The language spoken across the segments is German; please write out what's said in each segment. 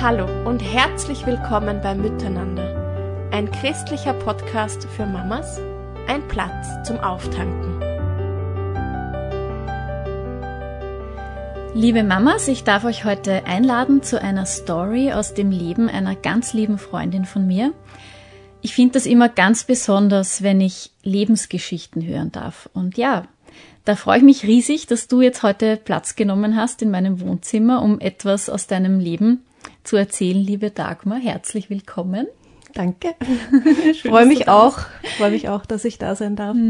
Hallo und herzlich willkommen bei Miteinander, ein christlicher Podcast für Mamas, ein Platz zum Auftanken. Liebe Mamas, ich darf euch heute einladen zu einer Story aus dem Leben einer ganz lieben Freundin von mir. Ich finde das immer ganz besonders, wenn ich Lebensgeschichten hören darf. Und ja, da freue ich mich riesig, dass du jetzt heute Platz genommen hast in meinem Wohnzimmer, um etwas aus deinem Leben zu erzählen, liebe Dagmar. Herzlich willkommen. Danke. Ich freue mich auch, dass ich da sein darf.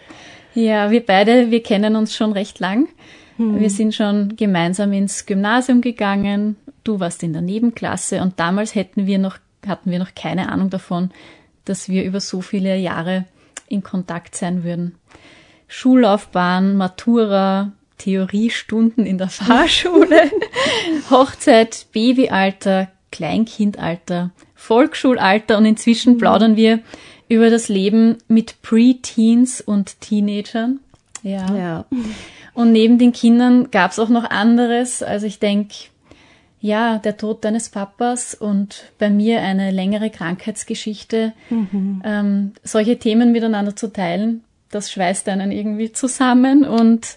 Ja, wir kennen uns schon recht lang. Wir sind schon gemeinsam ins Gymnasium gegangen. Du warst in der Nebenklasse und damals hatten wir noch keine Ahnung davon, dass wir über so viele Jahre in Kontakt sein würden. Schullaufbahn, Matura, Theoriestunden in der Fahrschule, Hochzeit, Babyalter, Kleinkindalter, Volksschulalter und inzwischen plaudern wir über das Leben mit Pre-Teens und Teenagern. Ja. Und neben den Kindern gab's auch noch anderes. Also ich denke, ja, der Tod deines Papas und bei mir eine längere Krankheitsgeschichte. Solche Themen miteinander zu teilen, das schweißt einen irgendwie zusammen. Und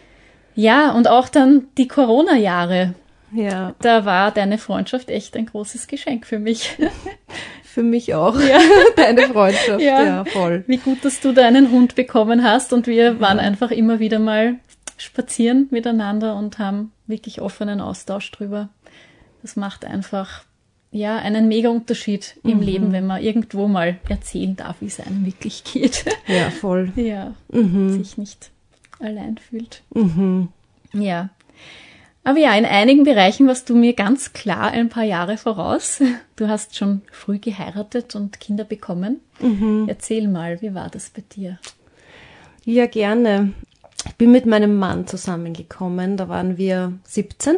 ja, und auch dann die Corona-Jahre. Ja. Da war deine Freundschaft echt ein großes Geschenk für mich. Für mich auch, ja. Deine Freundschaft, ja, voll. Wie gut, dass du da einen Hund bekommen hast und wir waren einfach immer wieder mal spazieren miteinander und haben wirklich offenen Austausch drüber. Das macht einfach, ja, einen mega Unterschied im Leben, wenn man irgendwo mal erzählen darf, wie es einem wirklich geht. Ja, voll. Ja, sich nicht allein fühlt. Ja. Aber ja, in einigen Bereichen warst du mir ganz klar ein paar Jahre voraus. Du hast schon früh geheiratet und Kinder bekommen. Erzähl mal, wie war das bei dir? Ja, gerne. Ich bin mit meinem Mann zusammengekommen, da waren wir 17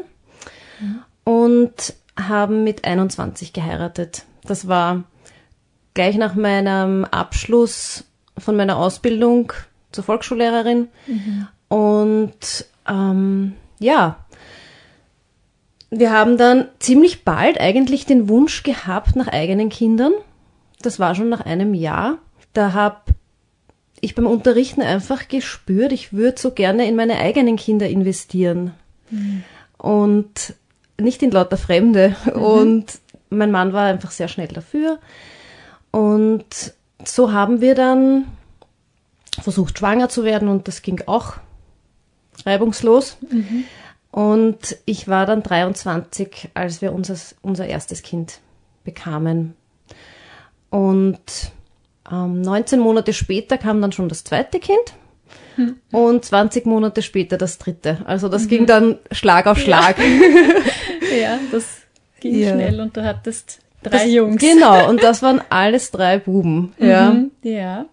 und haben mit 21 geheiratet. Das war gleich nach meinem Abschluss von meiner Ausbildung zur Volksschullehrerin. Und ja, wir haben dann ziemlich bald eigentlich den Wunsch gehabt nach eigenen Kindern. Das war schon nach einem Jahr. Da habe ich beim Unterrichten einfach gespürt, ich würde so gerne in meine eigenen Kinder investieren. Und nicht in lauter Fremde. Und mein Mann war einfach sehr schnell dafür. Und so haben wir dann versucht, schwanger zu werden und das ging auch reibungslos. Und ich war dann 23, als wir unser erstes Kind bekamen. Und 19 Monate später kam dann schon das zweite Kind und 20 Monate später das dritte. Also das ging dann Schlag auf Schlag. Ja, das ging schnell und du hattest drei Jungs. Genau, und das waren alles 3 Buben. Ja,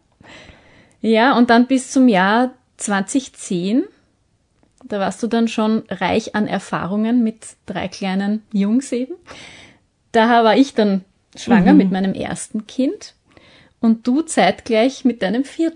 und dann bis zum Jahr 2010, da warst du dann schon reich an Erfahrungen mit 3 kleinen Jungs eben. Da war ich dann schwanger mit meinem ersten Kind und du zeitgleich mit deinem 4.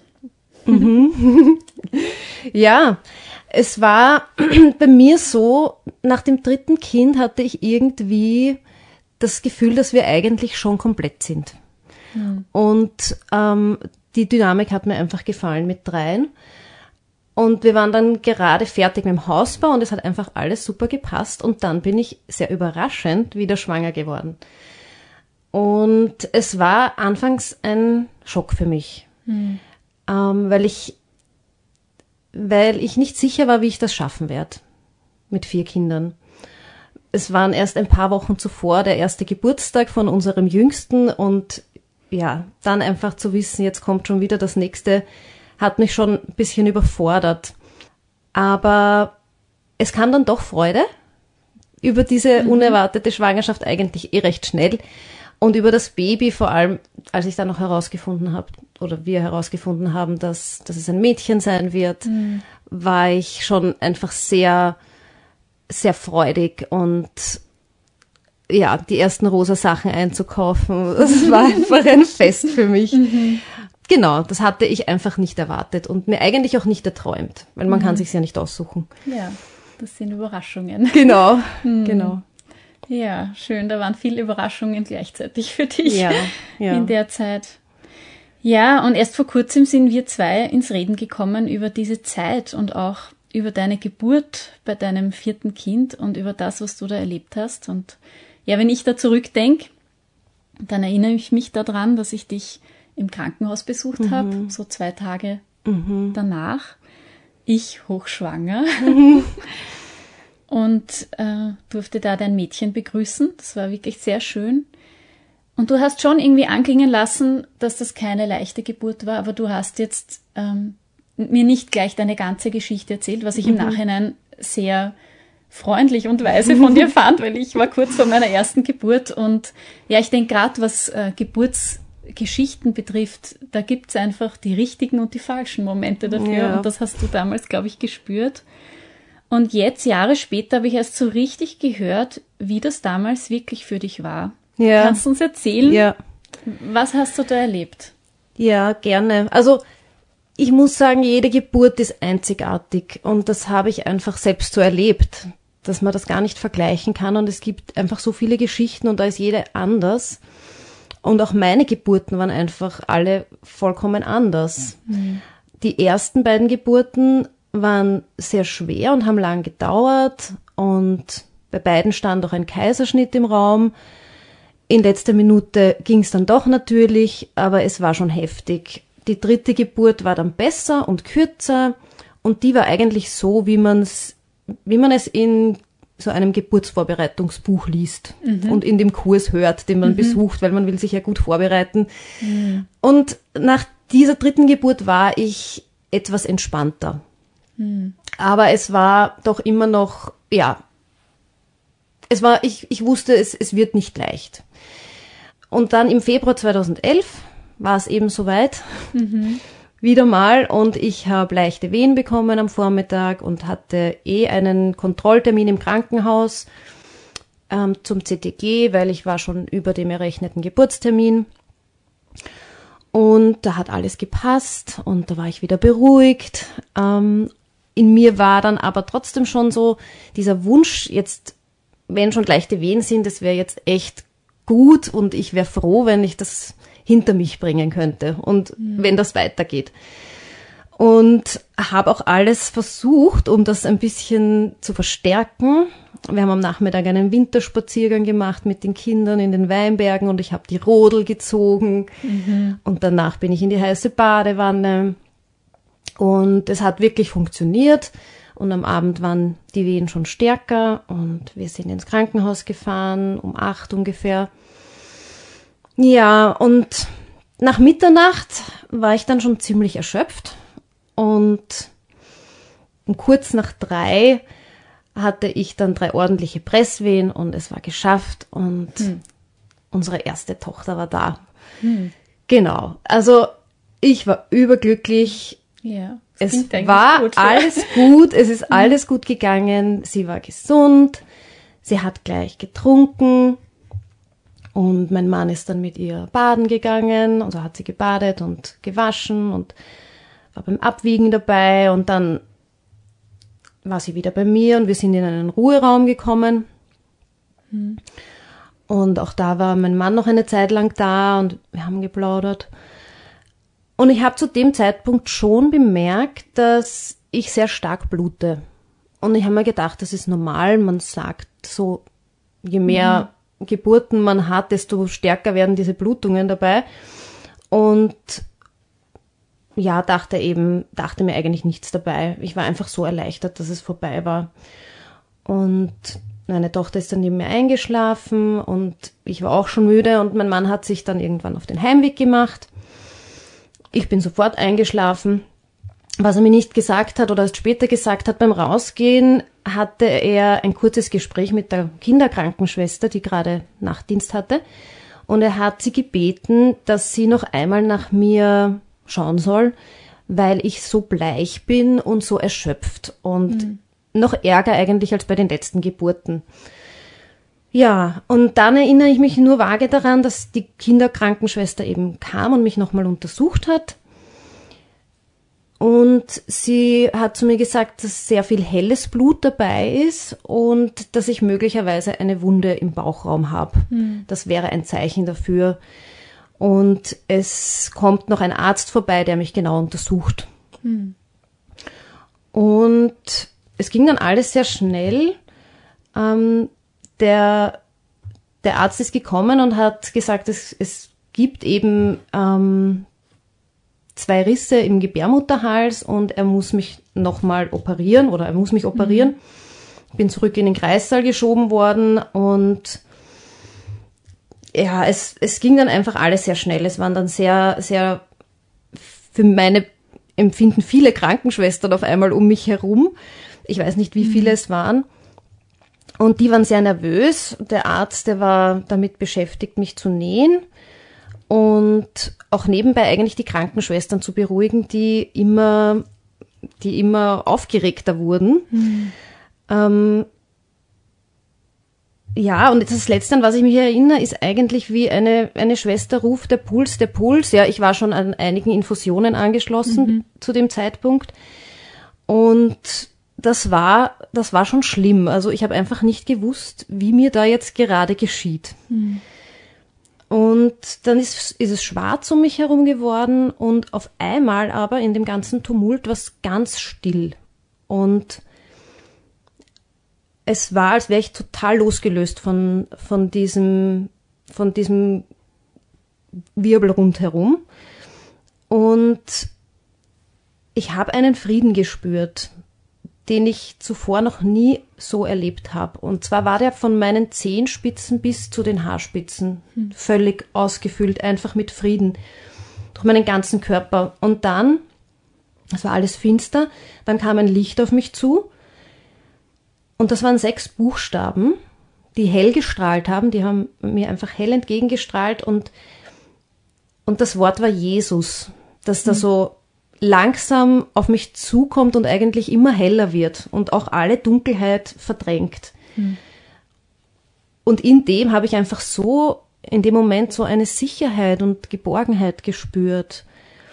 Ja, es war bei mir so, nach dem 3. Kind hatte ich irgendwie das Gefühl, dass wir eigentlich schon komplett sind. Und die Dynamik hat mir einfach gefallen mit 3. Und wir waren dann gerade fertig mit dem Hausbau und es hat einfach alles super gepasst. Und dann bin ich sehr überraschend wieder schwanger geworden. Und es war anfangs ein Schock für mich, weil ich nicht sicher war, wie ich das schaffen werde mit 4 Kindern. Es waren erst ein paar Wochen zuvor der erste Geburtstag von unserem Jüngsten und ja, dann einfach zu wissen, jetzt kommt schon wieder das nächste, hat mich schon ein bisschen überfordert. Aber es kam dann doch Freude über diese unerwartete Schwangerschaft, eigentlich recht schnell. Und über das Baby, vor allem, als ich dann noch herausgefunden habe, oder wir herausgefunden haben, dass es ein Mädchen sein wird, war ich schon einfach sehr, sehr freudig und ja, die ersten rosa Sachen einzukaufen, das war einfach ein Fest für mich. Genau, das hatte ich einfach nicht erwartet und mir eigentlich auch nicht erträumt, weil man kann sich's ja nicht aussuchen. Ja, das sind Überraschungen. Genau, genau. Ja, schön. Da waren viele Überraschungen gleichzeitig für dich Ja. in der Zeit. Ja, und erst vor kurzem sind wir zwei ins Reden gekommen über diese Zeit und auch über deine Geburt bei deinem 4. Kind und über das, was du da erlebt hast. Und ja, wenn ich da zurückdenke, dann erinnere ich mich daran, dass ich dich im Krankenhaus besucht habe, so 2 Tage danach. Ich hochschwanger und durfte da dein Mädchen begrüßen. Das war wirklich sehr schön. Und du hast schon irgendwie anklingen lassen, dass das keine leichte Geburt war, aber du hast jetzt mir nicht gleich deine ganze Geschichte erzählt, was ich im Nachhinein sehr freundlich und weise von dir fand, weil ich war kurz vor meiner ersten Geburt und ja, ich denke gerade, was Geburtsgeschichten betrifft, da gibt's einfach die richtigen und die falschen Momente dafür und das hast du damals, glaube ich, gespürt. Und jetzt, Jahre später, habe ich erst so richtig gehört, wie das damals wirklich für dich war. Ja. Kannst du uns erzählen, Ja. was hast du da erlebt? Ja, gerne. Also ich muss sagen, jede Geburt ist einzigartig und das habe ich einfach selbst so erlebt, dass man das gar nicht vergleichen kann und es gibt einfach so viele Geschichten und da ist jede anders. Und auch meine Geburten waren einfach alle vollkommen anders. Die ersten beiden Geburten waren sehr schwer und haben lang gedauert und bei beiden stand auch ein Kaiserschnitt im Raum. In letzter Minute ging es dann doch natürlich, aber es war schon heftig. Die 3. Geburt war dann besser und kürzer und die war eigentlich so, wie man es in so einem Geburtsvorbereitungsbuch liest und in dem Kurs hört, den man besucht, weil man will sich ja gut vorbereiten. Und nach dieser 3. Geburt war ich etwas entspannter. Aber es war doch immer noch, ja, ich wusste, es wird nicht leicht. Und dann im Februar 2011 war es eben soweit, wieder mal, und ich habe leichte Wehen bekommen am Vormittag und hatte einen Kontrolltermin im Krankenhaus zum CTG, weil ich war schon über dem errechneten Geburtstermin. Und da hat alles gepasst und da war ich wieder beruhigt. In mir war dann aber trotzdem schon so dieser Wunsch, jetzt, wenn schon leichte Wehen sind, das wäre jetzt echt gut und ich wäre froh, wenn ich das hinter mich bringen könnte und wenn das weitergeht. Und habe auch alles versucht, um das ein bisschen zu verstärken. Wir haben am Nachmittag einen Winterspaziergang gemacht mit den Kindern in den Weinbergen und ich habe die Rodel gezogen und danach bin ich in die heiße Badewanne und es hat wirklich funktioniert. Und am Abend waren die Wehen schon stärker und wir sind ins Krankenhaus gefahren, um 8 ungefähr. Ja, und nach Mitternacht war ich dann schon ziemlich erschöpft und um kurz nach 3 hatte ich dann 3 ordentliche Presswehen und es war geschafft und unsere erste Tochter war da. Genau, also ich war überglücklich. Ja. Es war gut, alles gut, es ist alles gut gegangen, sie war gesund, sie hat gleich getrunken und mein Mann ist dann mit ihr baden gegangen, also hat sie gebadet und gewaschen und war beim Abwiegen dabei und dann war sie wieder bei mir und wir sind in einen Ruheraum gekommen und auch da war mein Mann noch eine Zeit lang da und wir haben geplaudert. Und ich habe zu dem Zeitpunkt schon bemerkt, dass ich sehr stark blute. Und ich habe mir gedacht, das ist normal. Man sagt so, je mehr Geburten man hat, desto stärker werden diese Blutungen dabei. Und ja, dachte mir eigentlich nichts dabei. Ich war einfach so erleichtert, dass es vorbei war. Und meine Tochter ist dann neben mir eingeschlafen und ich war auch schon müde und mein Mann hat sich dann irgendwann auf den Heimweg gemacht. Ich bin sofort eingeschlafen. Was er mir nicht gesagt hat oder erst später gesagt hat beim Rausgehen, hatte er ein kurzes Gespräch mit der Kinderkrankenschwester, die gerade Nachtdienst hatte. Und er hat sie gebeten, dass sie noch einmal nach mir schauen soll, weil ich so bleich bin und so erschöpft und noch ärger eigentlich als bei den letzten Geburten. Ja, und dann erinnere ich mich nur vage daran, dass die Kinderkrankenschwester eben kam und mich nochmal untersucht hat. Und sie hat zu mir gesagt, dass sehr viel helles Blut dabei ist und dass ich möglicherweise eine Wunde im Bauchraum habe. Das wäre ein Zeichen dafür. Und es kommt noch ein Arzt vorbei, der mich genau untersucht. Und es ging dann alles sehr schnell. Der Arzt ist gekommen und hat gesagt, es gibt eben 2 Risse im Gebärmutterhals und er muss mich nochmal operieren oder er muss mich operieren. Ich bin zurück in den Kreissaal geschoben worden und ja, es ging dann einfach alles sehr schnell. Es waren dann sehr, sehr, für meine Empfinden, viele Krankenschwestern auf einmal um mich herum. Ich weiß nicht, wie viele es waren. Und die waren sehr nervös. Der Arzt, der war damit beschäftigt, mich zu nähen. Und auch nebenbei eigentlich die Krankenschwestern zu beruhigen, die immer aufgeregter wurden. Ja, und das Letzte, an was ich mich erinnere, ist eigentlich wie eine Schwester ruft, der Puls. Ja, ich war schon an einigen Infusionen angeschlossen zu dem Zeitpunkt. Und das war schon schlimm. Also ich habe einfach nicht gewusst, wie mir da jetzt gerade geschieht. Und dann ist es schwarz um mich herum geworden und auf einmal aber in dem ganzen Tumult war es ganz still. Und es war, als wäre ich total losgelöst von diesem Wirbel rundherum. Und ich habe einen Frieden gespürt, den ich zuvor noch nie so erlebt habe. Und zwar war der von meinen Zehenspitzen bis zu den Haarspitzen völlig ausgefüllt, einfach mit Frieden durch meinen ganzen Körper. Und dann, es war alles finster, dann kam ein Licht auf mich zu und das waren 6 Buchstaben, die hell gestrahlt haben, die haben mir einfach hell entgegengestrahlt und das Wort war Jesus, das da so langsam auf mich zukommt und eigentlich immer heller wird und auch alle Dunkelheit verdrängt. Und in dem habe ich einfach so, in dem Moment so eine Sicherheit und Geborgenheit gespürt.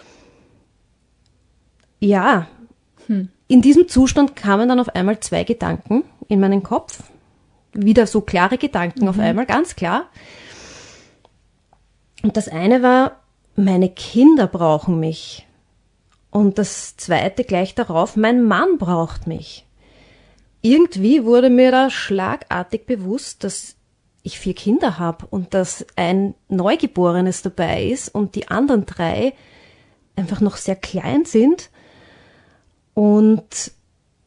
Ja, in diesem Zustand kamen dann auf einmal 2 Gedanken in meinen Kopf. Wieder so klare Gedanken auf einmal, ganz klar. Und das eine war, meine Kinder brauchen mich. Und das zweite gleich darauf, mein Mann braucht mich. Irgendwie wurde mir da schlagartig bewusst, dass ich 4 Kinder habe und dass ein Neugeborenes dabei ist und die anderen 3 einfach noch sehr klein sind. Und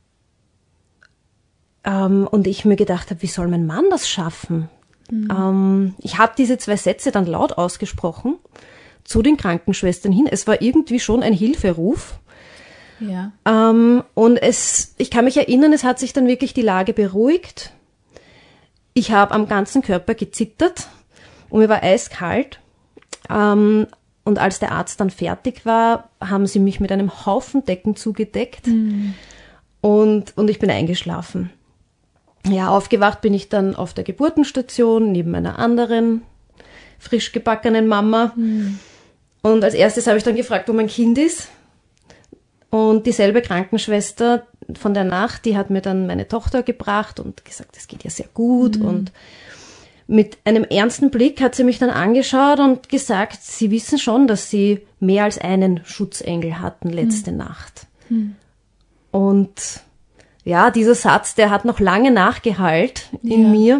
ich mir gedacht habe, wie soll mein Mann das schaffen? Ich habe diese 2 Sätze dann laut ausgesprochen zu den Krankenschwestern hin. Es war irgendwie schon ein Hilferuf. Ja. Und ich kann mich erinnern, es hat sich dann wirklich die Lage beruhigt. Ich habe am ganzen Körper gezittert und mir war eiskalt. Und als der Arzt dann fertig war, haben sie mich mit einem Haufen Decken zugedeckt und ich bin eingeschlafen. Ja, aufgewacht bin ich dann auf der Geburtenstation neben einer anderen frisch gebackenen Mama. Und als erstes habe ich dann gefragt, wo mein Kind ist. Und dieselbe Krankenschwester von der Nacht, die hat mir dann meine Tochter gebracht und gesagt, es geht ihr sehr gut. Und mit einem ernsten Blick hat sie mich dann angeschaut und gesagt, sie wissen schon, dass sie mehr als einen Schutzengel hatten letzte Nacht. Und ja, dieser Satz, der hat noch lange nachgehallt in mir.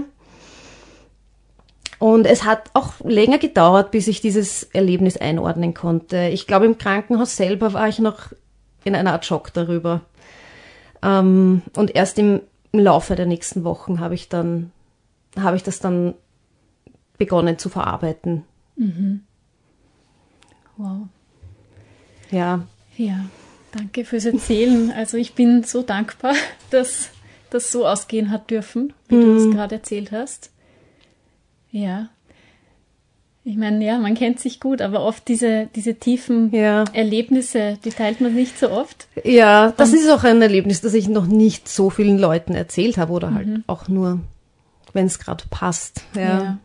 Und es hat auch länger gedauert, bis ich dieses Erlebnis einordnen konnte. Ich glaube, im Krankenhaus selber war ich noch in einer Art Schock darüber. Und erst im Laufe der nächsten Wochen habe ich das dann begonnen zu verarbeiten. Wow. Ja. Ja, danke fürs Erzählen. Also ich bin so dankbar, dass das so ausgehen hat dürfen, wie du das gerade erzählt hast. Ja. Ich meine, ja, man kennt sich gut, aber oft diese tiefen Erlebnisse, die teilt man nicht so oft. Ja, das ist auch ein Erlebnis, das ich noch nicht so vielen Leuten erzählt habe oder halt auch nur, wenn es gerade passt. Ja.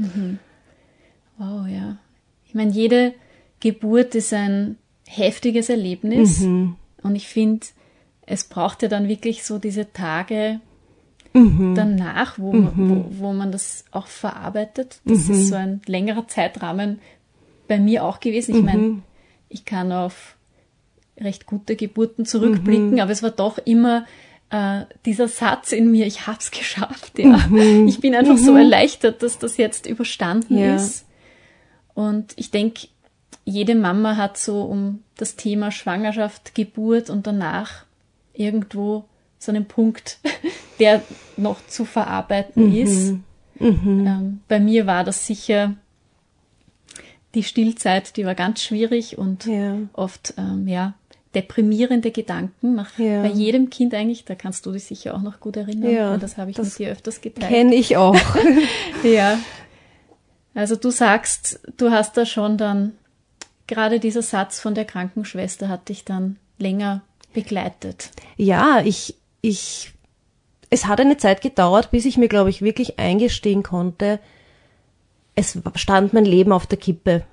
Wow, ja. Ich meine, jede Geburt ist ein heftiges Erlebnis. Und ich finde, es braucht ja dann wirklich so diese Tage danach, wo man das auch verarbeitet. Das ist so ein längerer Zeitrahmen bei mir auch gewesen. Ich meine, ich kann auf recht gute Geburten zurückblicken, aber es war doch immer dieser Satz in mir, ich hab's geschafft. Ja. Ich bin einfach so erleichtert, dass das jetzt überstanden ist. Und ich denke, jede Mama hat so um das Thema Schwangerschaft, Geburt und danach irgendwo so einen Punkt, der noch zu verarbeiten ist. Bei mir war das sicher die Stillzeit, die war ganz schwierig und oft deprimierende Gedanken bei jedem Kind eigentlich. Da kannst du dich sicher auch noch gut erinnern, weil das habe ich mit dir öfters geteilt. Kenne ich auch. Ja. Also du sagst, du hast da schon dann, gerade dieser Satz von der Krankenschwester hat dich dann länger begleitet. Ja, es hat eine Zeit gedauert, bis ich mir, glaube ich, wirklich eingestehen konnte, es stand mein Leben auf der Kippe.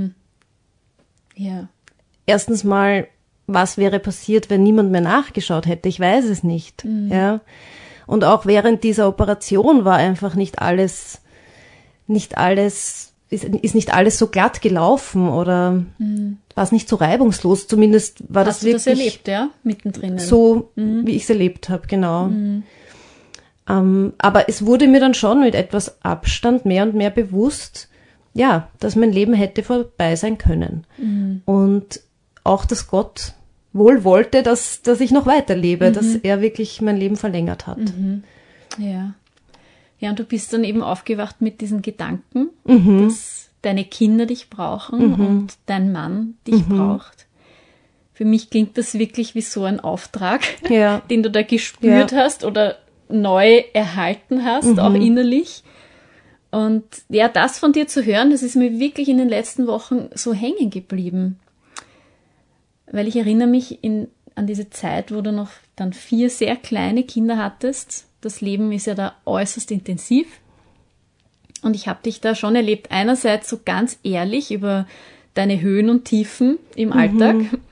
Ja. Erstens mal, was wäre passiert, wenn niemand mehr nachgeschaut hätte? Ich weiß es nicht. Ja. Und auch während dieser Operation war einfach nicht alles so glatt gelaufen oder war es nicht so reibungslos. Zumindest war das wirklich. Hast du das erlebt, ja? Mittendrin. So, wie ich es erlebt habe, genau. Aber es wurde mir dann schon mit etwas Abstand mehr und mehr bewusst, ja, dass mein Leben hätte vorbei sein können. Und auch, dass Gott wohl wollte, dass ich noch weiterlebe, dass er wirklich mein Leben verlängert hat. Ja. Ja, und du bist dann eben aufgewacht mit diesen Gedanken, dass deine Kinder dich brauchen und dein Mann dich braucht. Für mich klingt das wirklich wie so ein Auftrag, den du da gespürt hast oder neu erhalten hast, auch innerlich. Und ja, das von dir zu hören, das ist mir wirklich in den letzten Wochen so hängen geblieben. Weil ich erinnere mich an diese Zeit, wo du noch dann 4 sehr kleine Kinder hattest. Das Leben ist ja da äußerst intensiv. Und ich habe dich da schon erlebt, einerseits so ganz ehrlich über deine Höhen und Tiefen im Alltag.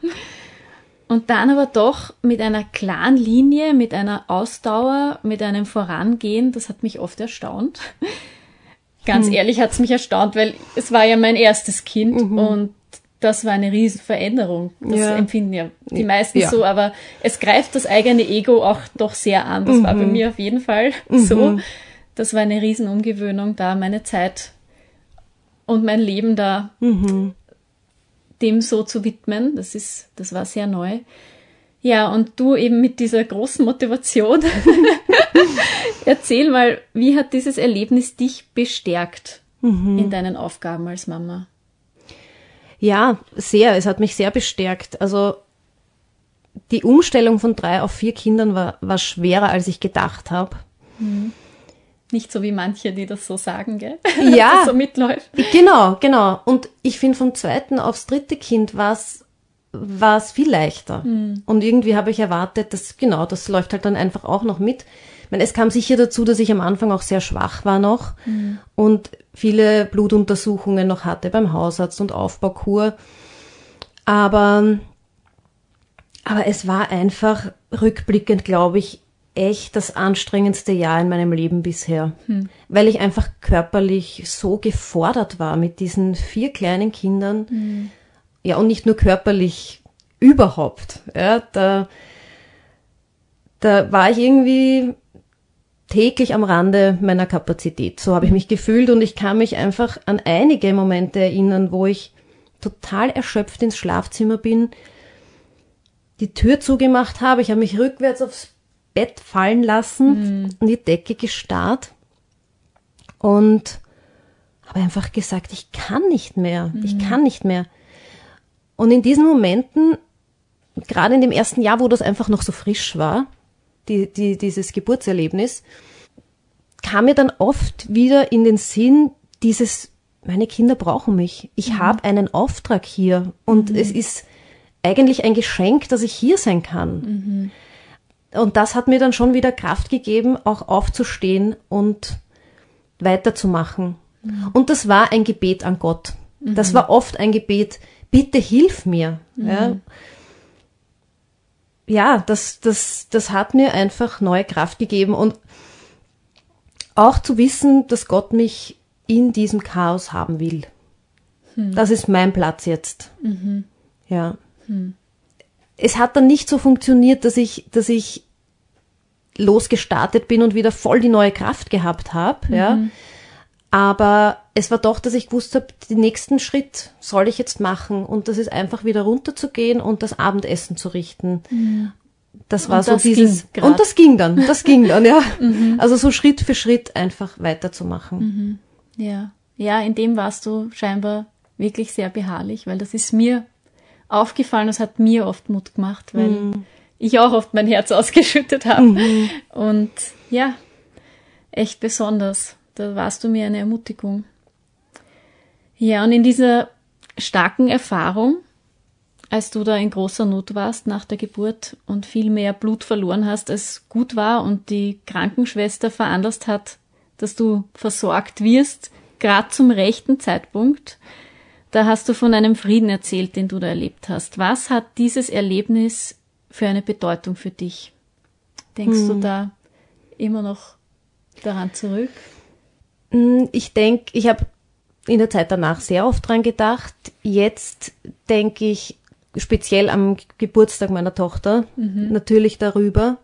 Und dann aber doch mit einer klaren Linie, mit einer Ausdauer, mit einem Vorangehen. Das hat mich oft erstaunt. Ganz ehrlich hat es mich erstaunt, weil es war ja mein erstes Kind und das war eine Riesenveränderung. Das empfinden ja die meisten so, aber es greift das eigene Ego auch doch sehr an. Das war bei mir auf jeden Fall so. Das war eine Riesenumgewöhnung, da meine Zeit und mein Leben da dem so zu widmen. Das war sehr neu. Ja, und du eben mit dieser großen Motivation. Erzähl mal, wie hat dieses Erlebnis dich bestärkt in deinen Aufgaben als Mama? Ja, sehr. Es hat mich sehr bestärkt. Also die Umstellung von 3 auf 4 Kindern war schwerer, als ich gedacht habe. Nicht so wie manche, die das so sagen, gell? Ja. Dass das so mitläuft. Genau. Und ich finde, vom 2. aufs 3. Kind war es viel leichter. Und irgendwie habe ich erwartet, das läuft halt dann einfach auch noch mit. Ich meine, es kam sicher dazu, dass ich am Anfang auch sehr schwach war noch und viele Blutuntersuchungen noch hatte beim Hausarzt und Aufbaukur. Aber es war einfach rückblickend, glaube ich, echt das anstrengendste Jahr in meinem Leben bisher, weil ich einfach körperlich so gefordert war mit diesen 4 kleinen Kindern. Ja, und nicht nur körperlich, überhaupt. Ja, da war ich irgendwie täglich am Rande meiner Kapazität. So habe ich mich gefühlt und ich kann mich einfach an einige Momente erinnern, wo ich total erschöpft ins Schlafzimmer bin, die Tür zugemacht habe, ich habe mich rückwärts aufs Bett fallen lassen und die Decke gestarrt und habe einfach gesagt, ich kann nicht mehr. Und in diesen Momenten, gerade in dem ersten Jahr, wo das einfach noch so frisch war, dieses Geburtserlebnis, kam mir dann oft wieder in den Sinn meine Kinder brauchen mich. Ich habe einen Auftrag hier und es ist eigentlich ein Geschenk, dass ich hier sein kann. Und das hat mir dann schon wieder Kraft gegeben, auch aufzustehen und weiterzumachen. Und das war ein Gebet an Gott. Das war oft ein Gebet, bitte hilf mir. Ja. ja, das hat mir einfach neue Kraft gegeben und auch zu wissen, dass Gott mich in diesem Chaos haben will. Das ist mein Platz jetzt. Ja. Es hat dann nicht so funktioniert, dass ich losgestartet bin und wieder voll die neue Kraft gehabt habe, ja. Aber es war doch, dass ich gewusst habe, den nächsten Schritt soll ich jetzt machen und das ist einfach wieder runterzugehen und das Abendessen zu richten. Das war und so das dieses und das ging dann, ja. Also so Schritt für Schritt einfach weiterzumachen. Ja, in dem warst du scheinbar wirklich sehr beharrlich, weil das ist mir aufgefallen, das hat mir oft Mut gemacht, weil ich auch oft mein Herz ausgeschüttet habe. Und ja, echt besonders. Da warst du mir eine Ermutigung. Ja, und in dieser starken Erfahrung, als du da in großer Not warst nach der Geburt und viel mehr Blut verloren hast, als gut war und die Krankenschwester veranlasst hat, dass du versorgt wirst, gerade zum rechten Zeitpunkt, da hast du von einem Frieden erzählt, den du da erlebt hast. Was hat dieses Erlebnis für eine Bedeutung für dich? Denkst du da immer noch daran zurück? Ich denke, ich habe in der Zeit danach sehr oft dran gedacht. Jetzt denke ich speziell am Geburtstag meiner Tochter natürlich darüber.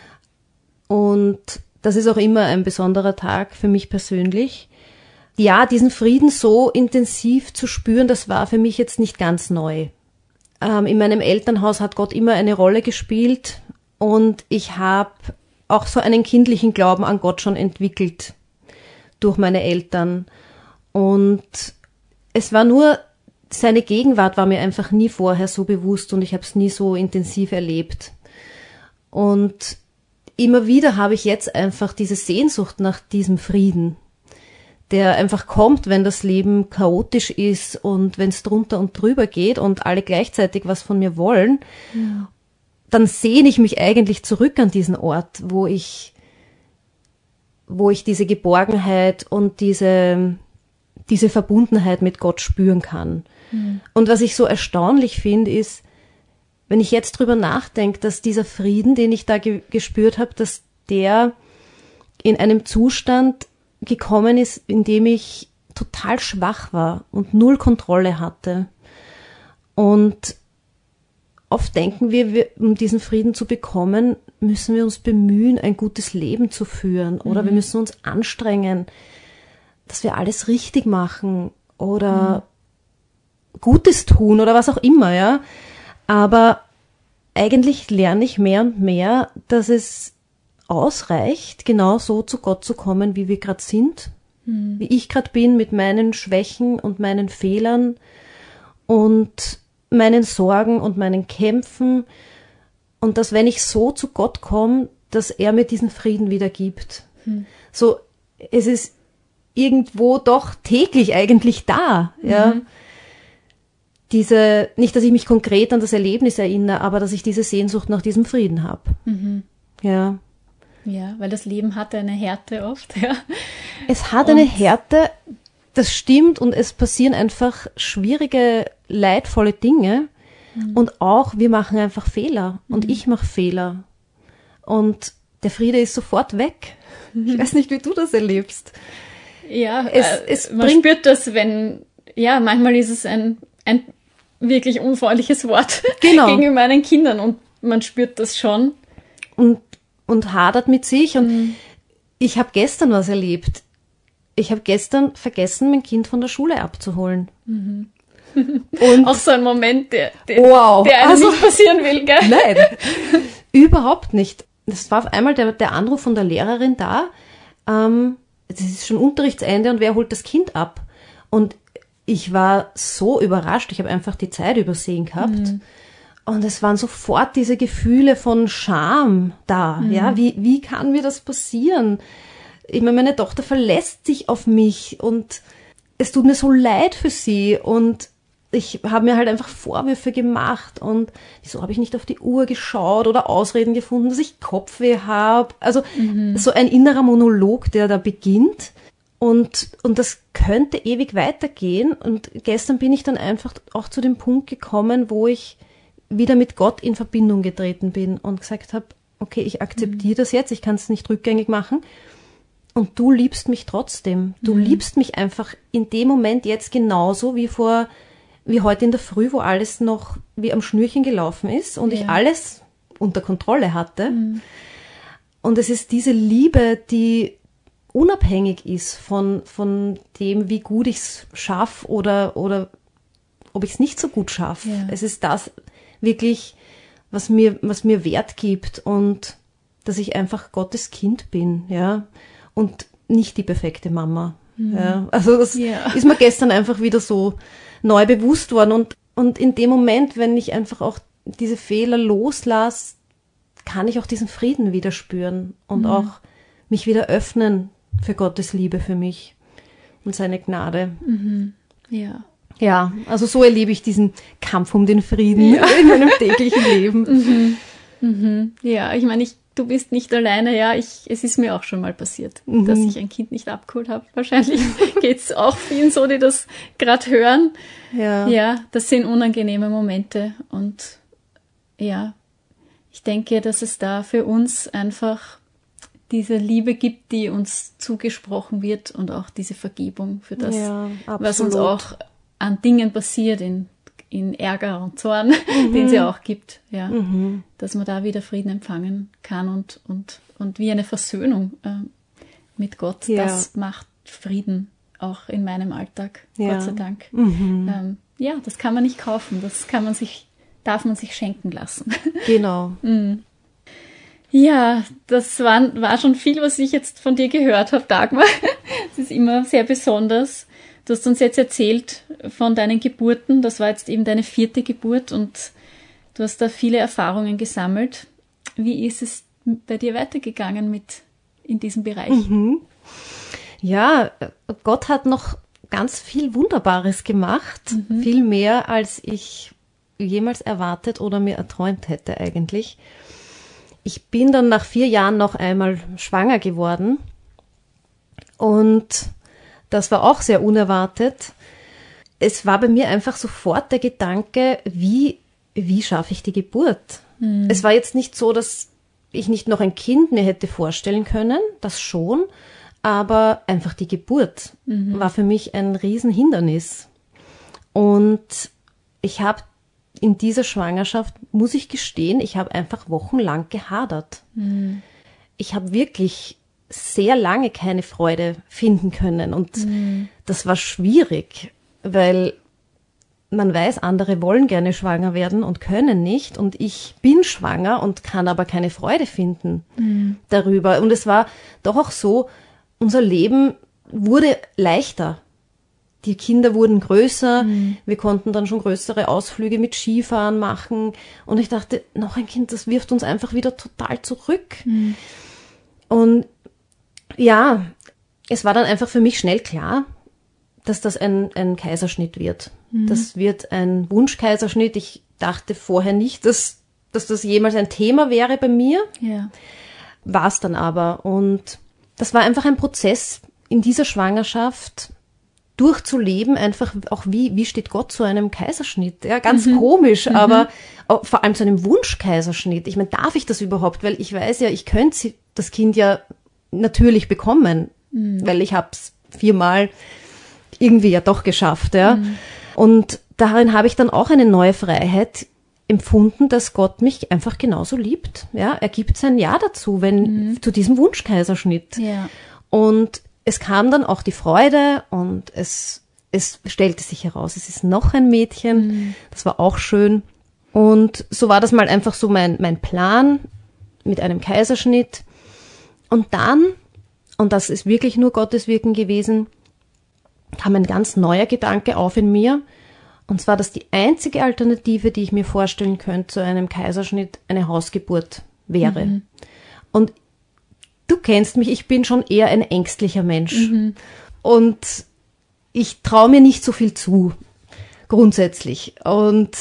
Und das ist auch immer ein besonderer Tag für mich persönlich. Ja, diesen Frieden so intensiv zu spüren, das war für mich jetzt nicht ganz neu. In meinem Elternhaus hat Gott immer eine Rolle gespielt und ich habe auch so einen kindlichen Glauben an Gott schon entwickelt durch meine Eltern. Und es war nur, seine Gegenwart war mir einfach nie vorher so bewusst und ich habe es nie so intensiv erlebt. Und immer wieder habe ich jetzt einfach diese Sehnsucht nach diesem Frieden, der einfach kommt, wenn das Leben chaotisch ist und wenn es drunter und drüber geht und alle gleichzeitig was von mir wollen, dann sehne ich mich eigentlich zurück an diesen Ort, wo ich diese Geborgenheit und diese Verbundenheit mit Gott spüren kann. Und was ich so erstaunlich finde, ist, wenn ich jetzt drüber nachdenke, dass dieser Frieden, den ich da gespürt habe, dass der in einem Zustand gekommen ist, in dem ich total schwach war und null Kontrolle hatte. Und oft denken wir, um diesen Frieden zu bekommen, müssen wir uns bemühen, ein gutes Leben zu führen. Oder wir müssen uns anstrengen, dass wir alles richtig machen oder Gutes tun oder was auch immer, ja. Aber eigentlich lerne ich mehr und mehr, dass es ausreicht, genau so zu Gott zu kommen, wie wir gerade sind, wie ich gerade bin, mit meinen Schwächen und meinen Fehlern und meinen Sorgen und meinen Kämpfen und dass, wenn ich so zu Gott komme, dass er mir diesen Frieden wieder gibt. So, es ist irgendwo doch täglich eigentlich da, ja. Nicht, dass ich mich konkret an das Erlebnis erinnere, aber dass ich diese Sehnsucht nach diesem Frieden habe. Ja. Ja, weil das Leben hat eine Härte oft, ja. Es hat eine Härte, das stimmt, und es passieren einfach schwierige, leidvolle Dinge. Und auch, wir machen einfach Fehler. Und ich mache Fehler. Und der Friede ist sofort weg. Ich weiß nicht, wie du das erlebst. Ja, man spürt das, manchmal ist es ein wirklich unfreundliches Wort gegenüber meinen Kindern und man spürt das schon. Und hadert mit sich. Und ich habe gestern was erlebt. Ich habe gestern vergessen, mein Kind von der Schule abzuholen. Und auch so ein Moment, der einem nicht passieren will, gell? Nein, überhaupt nicht. Das war auf einmal der Anruf von der Lehrerin da. Es ist schon Unterrichtsende und wer holt das Kind ab? Und ich war so überrascht, ich habe einfach die Zeit übersehen gehabt. Und es waren sofort diese Gefühle von Scham da. Ja, wie kann mir das passieren? Ich meine, meine Tochter verlässt sich auf mich und es tut mir so leid für sie und ich habe mir halt einfach Vorwürfe gemacht und wieso habe ich nicht auf die Uhr geschaut oder Ausreden gefunden, dass ich Kopfweh habe. Also so ein innerer Monolog, der da beginnt. Und das könnte ewig weitergehen. Und gestern bin ich dann einfach auch zu dem Punkt gekommen, wo ich wieder mit Gott in Verbindung getreten bin und gesagt habe, okay, ich akzeptiere das jetzt, ich kann es nicht rückgängig machen und du liebst mich trotzdem. Du liebst mich einfach in dem Moment jetzt genauso wie heute in der Früh, wo alles noch wie am Schnürchen gelaufen ist und ich alles unter Kontrolle hatte. Und es ist diese Liebe, die unabhängig ist von dem, wie gut ich es schaffe oder ob ich es nicht so gut schaffe. Ja. Es ist das wirklich, was mir Wert gibt und dass ich einfach Gottes Kind bin, ja, und nicht die perfekte Mama. Ja. Also das ist mir gestern einfach wieder so neu bewusst worden und in dem Moment, wenn ich einfach auch diese Fehler loslasse, kann ich auch diesen Frieden wieder spüren und auch mich wieder öffnen für Gottes Liebe für mich und seine Gnade. Ja. Ja, also so erlebe ich diesen Kampf um den Frieden in meinem täglichen Leben. Ja, ich meine, du bist nicht alleine, ja, es ist mir auch schon mal passiert, dass ich ein Kind nicht abgeholt habe. Wahrscheinlich geht's auch vielen so, die das gerade hören. Ja, das sind unangenehme Momente und ja, ich denke, dass es da für uns einfach diese Liebe gibt, die uns zugesprochen wird und auch diese Vergebung für das, was uns auch an Dingen passiert, in Ärger und Zorn, den es ja auch gibt, ja, dass man da wieder Frieden empfangen kann und wie eine Versöhnung mit Gott, das macht Frieden auch in meinem Alltag, Gott sei Dank. Ja, das kann man nicht kaufen, darf man sich schenken lassen. Genau. Ja, das war schon viel, was ich jetzt von dir gehört habe, Dagmar. Es ist immer sehr besonders. Du hast uns jetzt erzählt von deinen Geburten. Das war jetzt eben deine 4. Geburt und du hast da viele Erfahrungen gesammelt. Wie ist es bei dir weitergegangen in diesem Bereich? Ja, Gott hat noch ganz viel Wunderbares gemacht. Viel mehr, als ich jemals erwartet oder mir erträumt hätte eigentlich. Ich bin dann nach 4 Jahren noch einmal schwanger geworden und das war auch sehr unerwartet. Es war bei mir einfach sofort der Gedanke, wie schaffe ich die Geburt? Es war jetzt nicht so, dass ich nicht noch ein Kind mir hätte vorstellen können, das schon, aber einfach die Geburt war für mich ein Riesenhindernis. Und ich habe in dieser Schwangerschaft, muss ich gestehen, ich habe einfach wochenlang gehadert. Ich habe wirklich sehr lange keine Freude finden können und das war schwierig, weil man weiß, andere wollen gerne schwanger werden und können nicht und ich bin schwanger und kann aber keine Freude finden darüber. Und es war doch auch so, unser Leben wurde leichter. Die Kinder wurden größer, wir konnten dann schon größere Ausflüge mit Skifahren machen und ich dachte, noch ein Kind, das wirft uns einfach wieder total zurück. Und ja, es war dann einfach für mich schnell klar, dass das ein Kaiserschnitt wird. Das wird ein Wunschkaiserschnitt. Ich dachte vorher nicht, dass das jemals ein Thema wäre bei mir. Ja. War es dann aber. Und das war einfach ein Prozess in dieser Schwangerschaft, durchzuleben, einfach auch wie steht Gott zu einem Kaiserschnitt? Ja, ganz komisch, aber auch vor allem zu einem Wunschkaiserschnitt. Ich meine, darf ich das überhaupt? Weil ich weiß ja, ich könnte das Kind ja natürlich bekommen, weil ich habe es 4-mal irgendwie ja doch geschafft. Ja. Und darin habe ich dann auch eine neue Freiheit empfunden, dass Gott mich einfach genauso liebt. Ja, er gibt sein Ja dazu, zu diesem Wunschkaiserschnitt. Ja. Und es kam dann auch die Freude und es stellte sich heraus, es ist noch ein Mädchen. Das war auch schön. Und so war das mal einfach so mein Plan mit einem Kaiserschnitt. Und dann, und das ist wirklich nur Gottes Wirken gewesen, kam ein ganz neuer Gedanke auf in mir. Und zwar, dass die einzige Alternative, die ich mir vorstellen könnte zu einem Kaiserschnitt, eine Hausgeburt wäre. Und du kennst mich, ich bin schon eher ein ängstlicher Mensch. Und ich traue mir nicht so viel zu, grundsätzlich. Und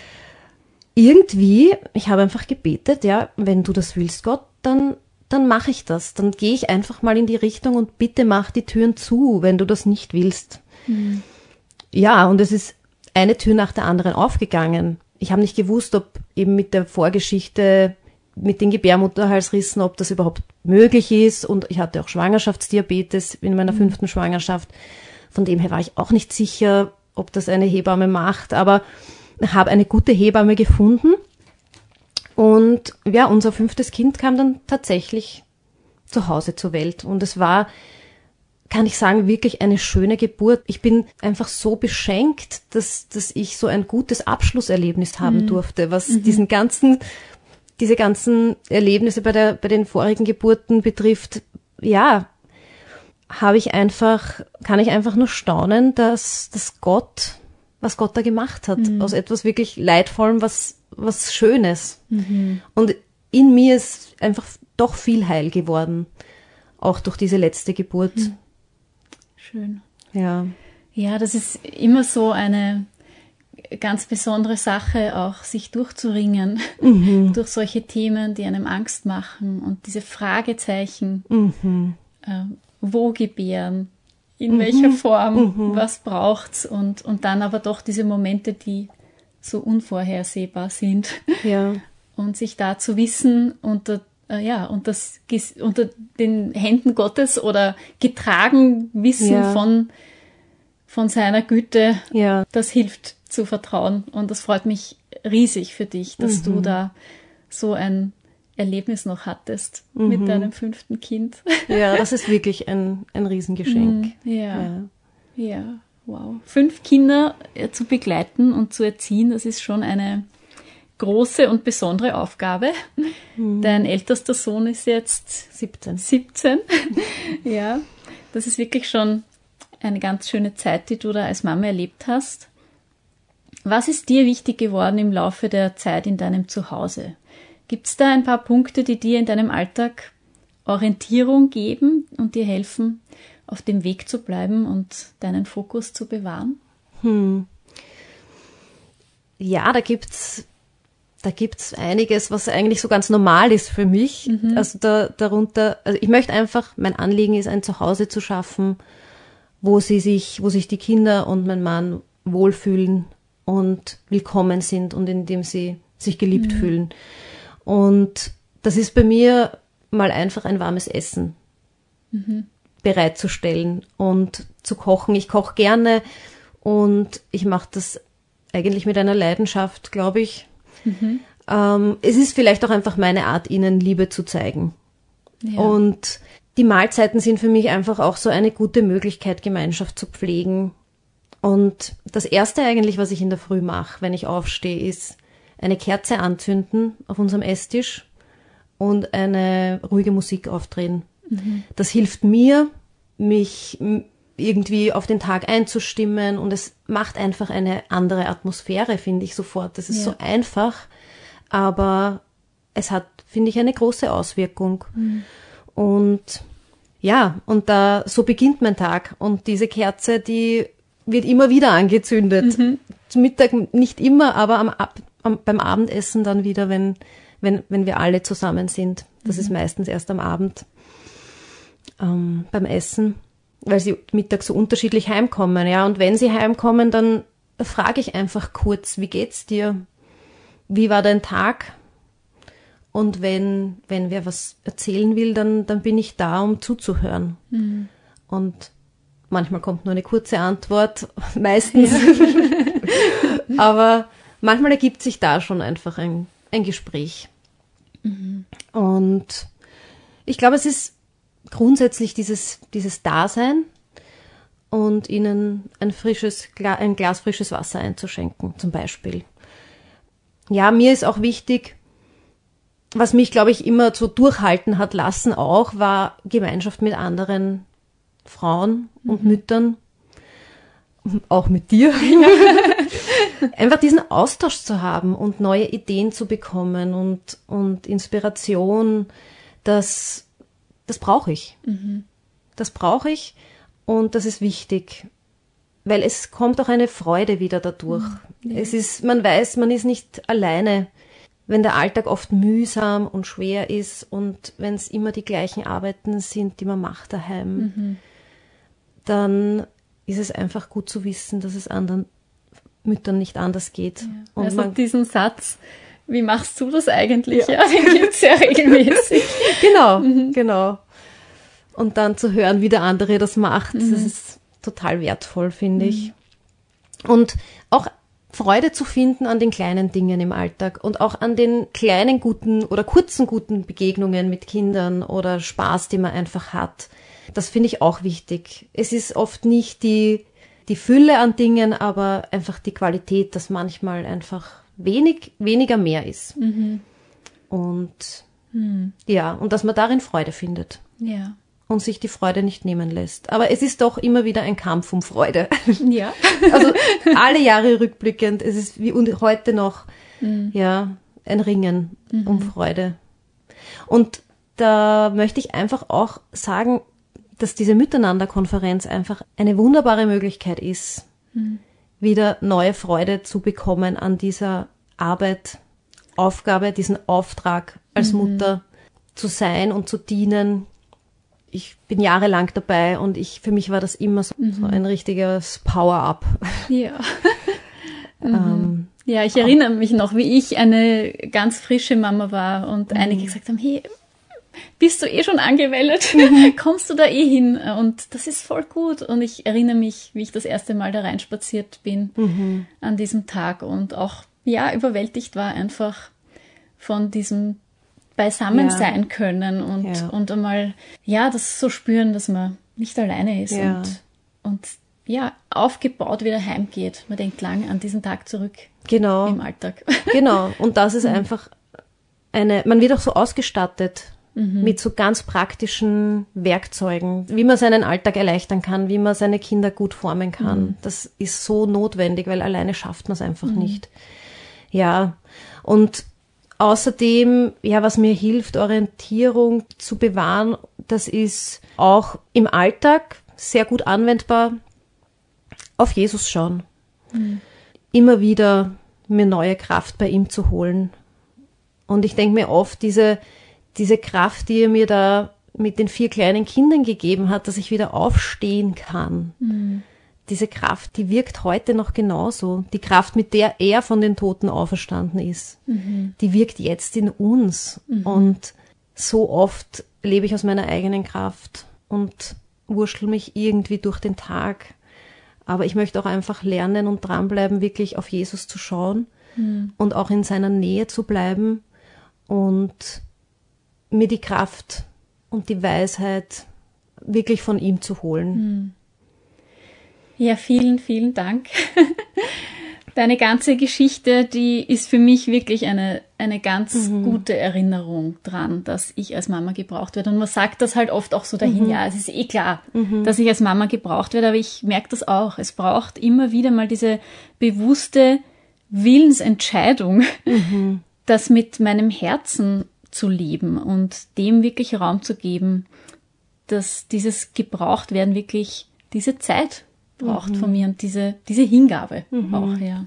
irgendwie, ich habe einfach gebetet, ja, wenn du das willst, Gott, dann mache ich das. Dann gehe ich einfach mal in die Richtung und bitte mach die Türen zu, wenn du das nicht willst. Ja, und es ist eine Tür nach der anderen aufgegangen. ich habe nicht gewusst, ob eben mit der Vorgeschichte, mit den Gebärmutterhalsrissen, ob das überhaupt möglich ist. Und ich hatte auch Schwangerschaftsdiabetes in meiner 5. Schwangerschaft. Von dem her war ich auch nicht sicher, ob das eine Hebamme macht. Aber ich habe eine gute Hebamme gefunden. Und ja, unser 5. Kind kam dann tatsächlich zu Hause zur Welt. Und es war, kann ich sagen, wirklich eine schöne Geburt. Ich bin einfach so beschenkt, dass ich so ein gutes Abschlusserlebnis haben durfte, was diese ganzen Erlebnisse bei den vorigen Geburten betrifft. Ja, kann ich einfach nur staunen, dass Gott, was Gott da gemacht hat, aus etwas wirklich Leidvollem, was Schönes. Und in mir ist einfach doch viel heil geworden, auch durch diese letzte Geburt. Schön. Ja. Ja, das ist immer so eine ganz besondere Sache, auch sich durchzuringen durch solche Themen, die einem Angst machen und diese Fragezeichen, wo gebären, in welcher Form, was braucht's und dann aber doch diese Momente, die so unvorhersehbar sind. Ja. Und sich da zu wissen unter den Händen Gottes oder getragen wissen von seiner Güte, das hilft zu vertrauen. Und das freut mich riesig für dich, dass du da so ein Erlebnis noch hattest mit deinem 5. Kind. Ja, das ist wirklich ein Riesengeschenk. Ja, wow. 5 Kinder zu begleiten und zu erziehen, das ist schon eine große und besondere Aufgabe. Dein ältester Sohn ist jetzt 17. Ja, das ist wirklich schon eine ganz schöne Zeit, die du da als Mama erlebt hast. Was ist dir wichtig geworden im Laufe der Zeit in deinem Zuhause? Gibt es da ein paar Punkte, die dir in deinem Alltag Orientierung geben und dir helfen, auf dem Weg zu bleiben und deinen Fokus zu bewahren? Ja, da gibt's einiges, was eigentlich so ganz normal ist für mich. Also darunter, ich möchte einfach, mein Anliegen ist, ein Zuhause zu schaffen, wo sich die Kinder und mein Mann wohlfühlen und willkommen sind und in dem sie sich geliebt fühlen. Und das ist bei mir mal einfach ein warmes Essen bereitzustellen und zu kochen. Ich koche gerne und ich mache das eigentlich mit einer Leidenschaft, glaube ich. Es ist vielleicht auch einfach meine Art, ihnen Liebe zu zeigen. Ja. Und die Mahlzeiten sind für mich einfach auch so eine gute Möglichkeit, Gemeinschaft zu pflegen. Und das Erste eigentlich, was ich in der Früh mache, wenn ich aufstehe, ist eine Kerze anzünden auf unserem Esstisch und eine ruhige Musik aufdrehen. Das hilft mir, mich irgendwie auf den Tag einzustimmen und es macht einfach eine andere Atmosphäre, finde ich sofort. Das ist so einfach, aber es hat, finde ich, eine große Auswirkung. Und ja, und so beginnt mein Tag. Und diese Kerze, die wird immer wieder angezündet. Zum Mittag nicht immer, aber beim Abendessen dann wieder, wenn wir alle zusammen sind. Das ist meistens erst am Abend beim Essen, weil sie mittags so unterschiedlich heimkommen. Ja, und wenn sie heimkommen, dann frage ich einfach kurz, wie geht's dir? Wie war dein Tag? Und wenn wer was erzählen will, dann bin ich da, um zuzuhören. Und manchmal kommt nur eine kurze Antwort, meistens. Aber manchmal ergibt sich da schon einfach ein Gespräch. Und ich glaube, es ist grundsätzlich dieses Dasein und ihnen ein Glas frisches Wasser einzuschenken, zum Beispiel. Ja, mir ist auch wichtig, was mich, glaube ich, immer so durchhalten hat lassen auch, war Gemeinschaft mit anderen Frauen und Müttern, auch mit dir. Einfach diesen Austausch zu haben und neue Ideen zu bekommen und Inspiration, das brauche ich. Das brauche ich und das ist wichtig, weil es kommt auch eine Freude wieder dadurch. Man weiß, man ist nicht alleine, wenn der Alltag oft mühsam und schwer ist und wenn es immer die gleichen Arbeiten sind, die man macht daheim, dann ist es einfach gut zu wissen, dass es anderen Müttern nicht anders geht. Ja. Und also diesen Satz, wie machst du das eigentlich? Ja, den gibt's ja regelmäßig. Genau. Und dann zu hören, wie der andere das macht, das ist total wertvoll, finde ich. Und auch Freude zu finden an den kleinen Dingen im Alltag und auch an den kleinen guten oder kurzen guten Begegnungen mit Kindern oder Spaß, den man einfach hat. Das finde ich auch wichtig. Es ist oft nicht die Fülle an Dingen, aber einfach die Qualität, dass manchmal einfach weniger mehr ist. Und ja, und dass man darin Freude findet. Ja. Und sich die Freude nicht nehmen lässt. Aber es ist doch immer wieder ein Kampf um Freude. Ja. Also alle Jahre rückblickend, es ist wie und heute noch ja, ein Ringen um Freude. Und da möchte ich einfach auch sagen, dass diese Miteinander-Konferenz einfach eine wunderbare Möglichkeit ist, wieder neue Freude zu bekommen an dieser Arbeit, Aufgabe, diesen Auftrag als Mutter zu sein und zu dienen. Ich bin jahrelang dabei und für mich war das immer so ein richtiges Power-up. Ja. Ja, ich erinnere mich noch, wie ich eine ganz frische Mama war und einige gesagt haben, hey, bist du schon angemeldet? Kommst du da hin? Und das ist voll gut. Und ich erinnere mich, wie ich das erste Mal da reinspaziert bin an diesem Tag und auch, ja, überwältigt war einfach von diesem beisammen sein können und einmal, ja, das so spüren, dass man nicht alleine ist und ja, aufgebaut wieder heimgeht. Man denkt lange an diesen Tag zurück im Alltag. Genau, und das ist einfach man wird auch so ausgestattet mit so ganz praktischen Werkzeugen, wie man seinen Alltag erleichtern kann, wie man seine Kinder gut formen kann. Das ist so notwendig, weil alleine schafft man es einfach nicht. Ja, und außerdem, ja, was mir hilft, Orientierung zu bewahren, das ist auch im Alltag sehr gut anwendbar, auf Jesus schauen. Immer wieder mir neue Kraft bei ihm zu holen. Und ich denke mir oft, diese Kraft, die er mir da mit den 4 kleinen Kindern gegeben hat, dass ich wieder aufstehen kann. Diese Kraft, die wirkt heute noch genauso. Die Kraft, mit der er von den Toten auferstanden ist, die wirkt jetzt in uns. Und so oft lebe ich aus meiner eigenen Kraft und wurschtel mich irgendwie durch den Tag. Aber ich möchte auch einfach lernen und dranbleiben, wirklich auf Jesus zu schauen und auch in seiner Nähe zu bleiben und mir die Kraft und die Weisheit wirklich von ihm zu holen. Ja, vielen, vielen Dank. Deine ganze Geschichte, die ist für mich wirklich eine ganz gute Erinnerung dran, dass ich als Mama gebraucht werde. Und man sagt das halt oft auch so dahin, ja, es ist eh klar, dass ich als Mama gebraucht werde, aber ich merke das auch. Es braucht immer wieder mal diese bewusste Willensentscheidung, das mit meinem Herzen zu leben und dem wirklich Raum zu geben, dass dieses Gebrauchtwerden wirklich diese Zeit braucht von mir und diese Hingabe auch, ja.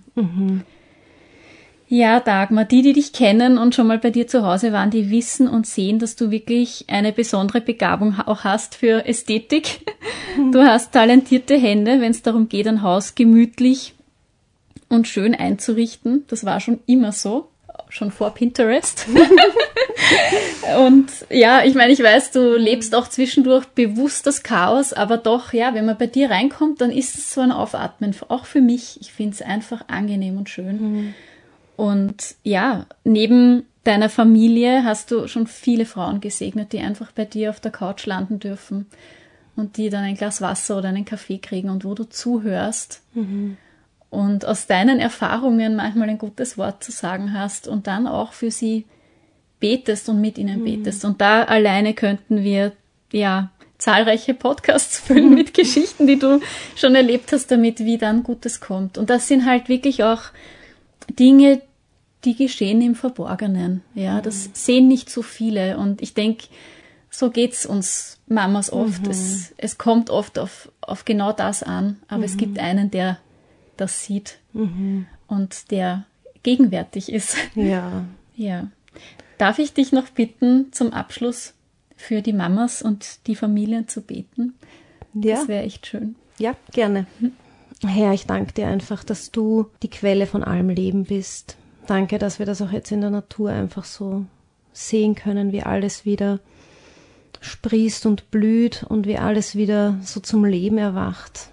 Ja, Dagmar, die dich kennen und schon mal bei dir zu Hause waren, die wissen und sehen, dass du wirklich eine besondere Begabung auch hast für Ästhetik. Du hast talentierte Hände, wenn es darum geht, ein Haus gemütlich und schön einzurichten. Das war schon immer so, schon vor Pinterest. Und ja, ich meine, ich weiß, du lebst auch zwischendurch bewusst das Chaos, aber doch, ja, wenn man bei dir reinkommt, dann ist es so ein Aufatmen, auch für mich. Ich finde es einfach angenehm und schön. Und ja, neben deiner Familie hast du schon viele Frauen gesegnet, die einfach bei dir auf der Couch landen dürfen und die dann ein Glas Wasser oder einen Kaffee kriegen und wo du zuhörst und aus deinen Erfahrungen manchmal ein gutes Wort zu sagen hast und dann auch für sie betest und mit ihnen betest. Und da alleine könnten wir ja zahlreiche Podcasts füllen mit Geschichten, die du schon erlebt hast damit, wie dann Gutes kommt. Und das sind halt wirklich auch Dinge, die geschehen im Verborgenen. Ja, das sehen nicht so viele. Und ich denke, so geht's uns Mamas oft. Es kommt oft auf genau das an. Aber es gibt einen, der das sieht und der gegenwärtig ist. Ja. Ja. Darf ich dich noch bitten, zum Abschluss für die Mamas und die Familien zu beten? Ja. Das wäre echt schön. Ja, gerne. Herr, ich danke dir einfach, dass du die Quelle von allem Leben bist. Danke, dass wir das auch jetzt in der Natur einfach so sehen können, wie alles wieder sprießt und blüht und wie alles wieder so zum Leben erwacht.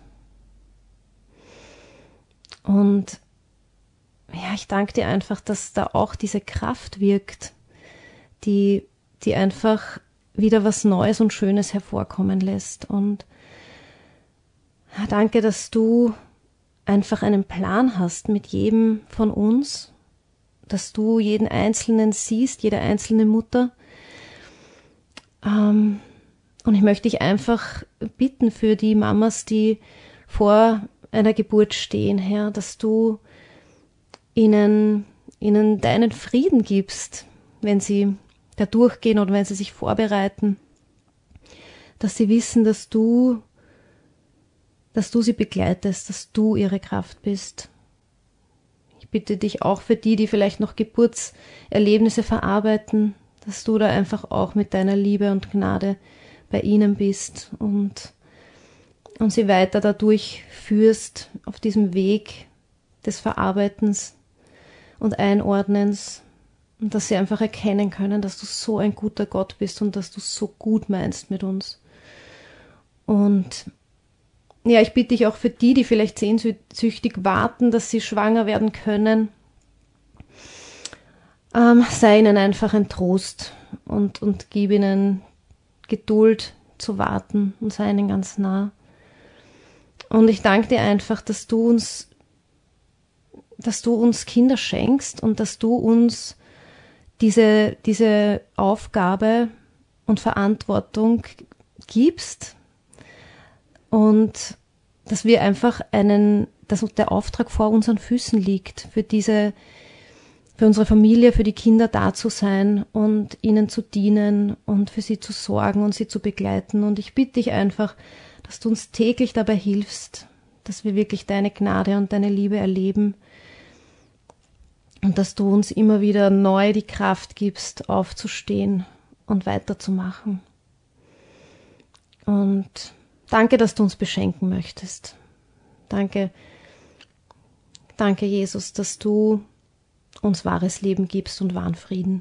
Und ja, ich danke dir einfach, dass da auch diese Kraft wirkt, die einfach wieder was Neues und Schönes hervorkommen lässt. Und ja, danke, dass du einfach einen Plan hast mit jedem von uns, dass du jeden Einzelnen siehst, jede einzelne Mutter. Und ich möchte dich einfach bitten für die Mamas, die vor einer Geburt stehen, Herr, dass du ihnen deinen Frieden gibst, wenn sie da durchgehen oder wenn sie sich vorbereiten, dass sie wissen, dass du sie begleitest, dass du ihre Kraft bist. Ich bitte dich auch für die vielleicht noch Geburtserlebnisse verarbeiten, dass du da einfach auch mit deiner Liebe und Gnade bei ihnen bist und sie weiter dadurch führst auf diesem Weg des Verarbeitens und Einordnens und dass sie einfach erkennen können, dass du so ein guter Gott bist und dass du so gut meinst mit uns. Und ja, ich bitte dich auch für die vielleicht sehnsüchtig warten, dass sie schwanger werden können. Sei ihnen einfach ein Trost und gib ihnen Geduld zu warten und sei ihnen ganz nah. Und ich danke dir einfach, dass du uns Kinder schenkst und dass du uns diese Aufgabe und Verantwortung gibst und dass wir einfach dass der Auftrag vor unseren Füßen liegt, für unsere Familie, für die Kinder da zu sein und ihnen zu dienen und für sie zu sorgen und sie zu begleiten. Und ich bitte dich einfach, dass du uns täglich dabei hilfst, dass wir wirklich deine Gnade und deine Liebe erleben und dass du uns immer wieder neu die Kraft gibst, aufzustehen und weiterzumachen. Und danke, dass du uns beschenken möchtest. Danke, Jesus, dass du uns wahres Leben gibst und wahren Frieden.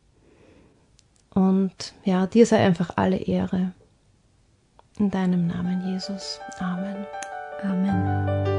Und ja, dir sei einfach alle Ehre. In deinem Namen, Jesus. Amen. Amen.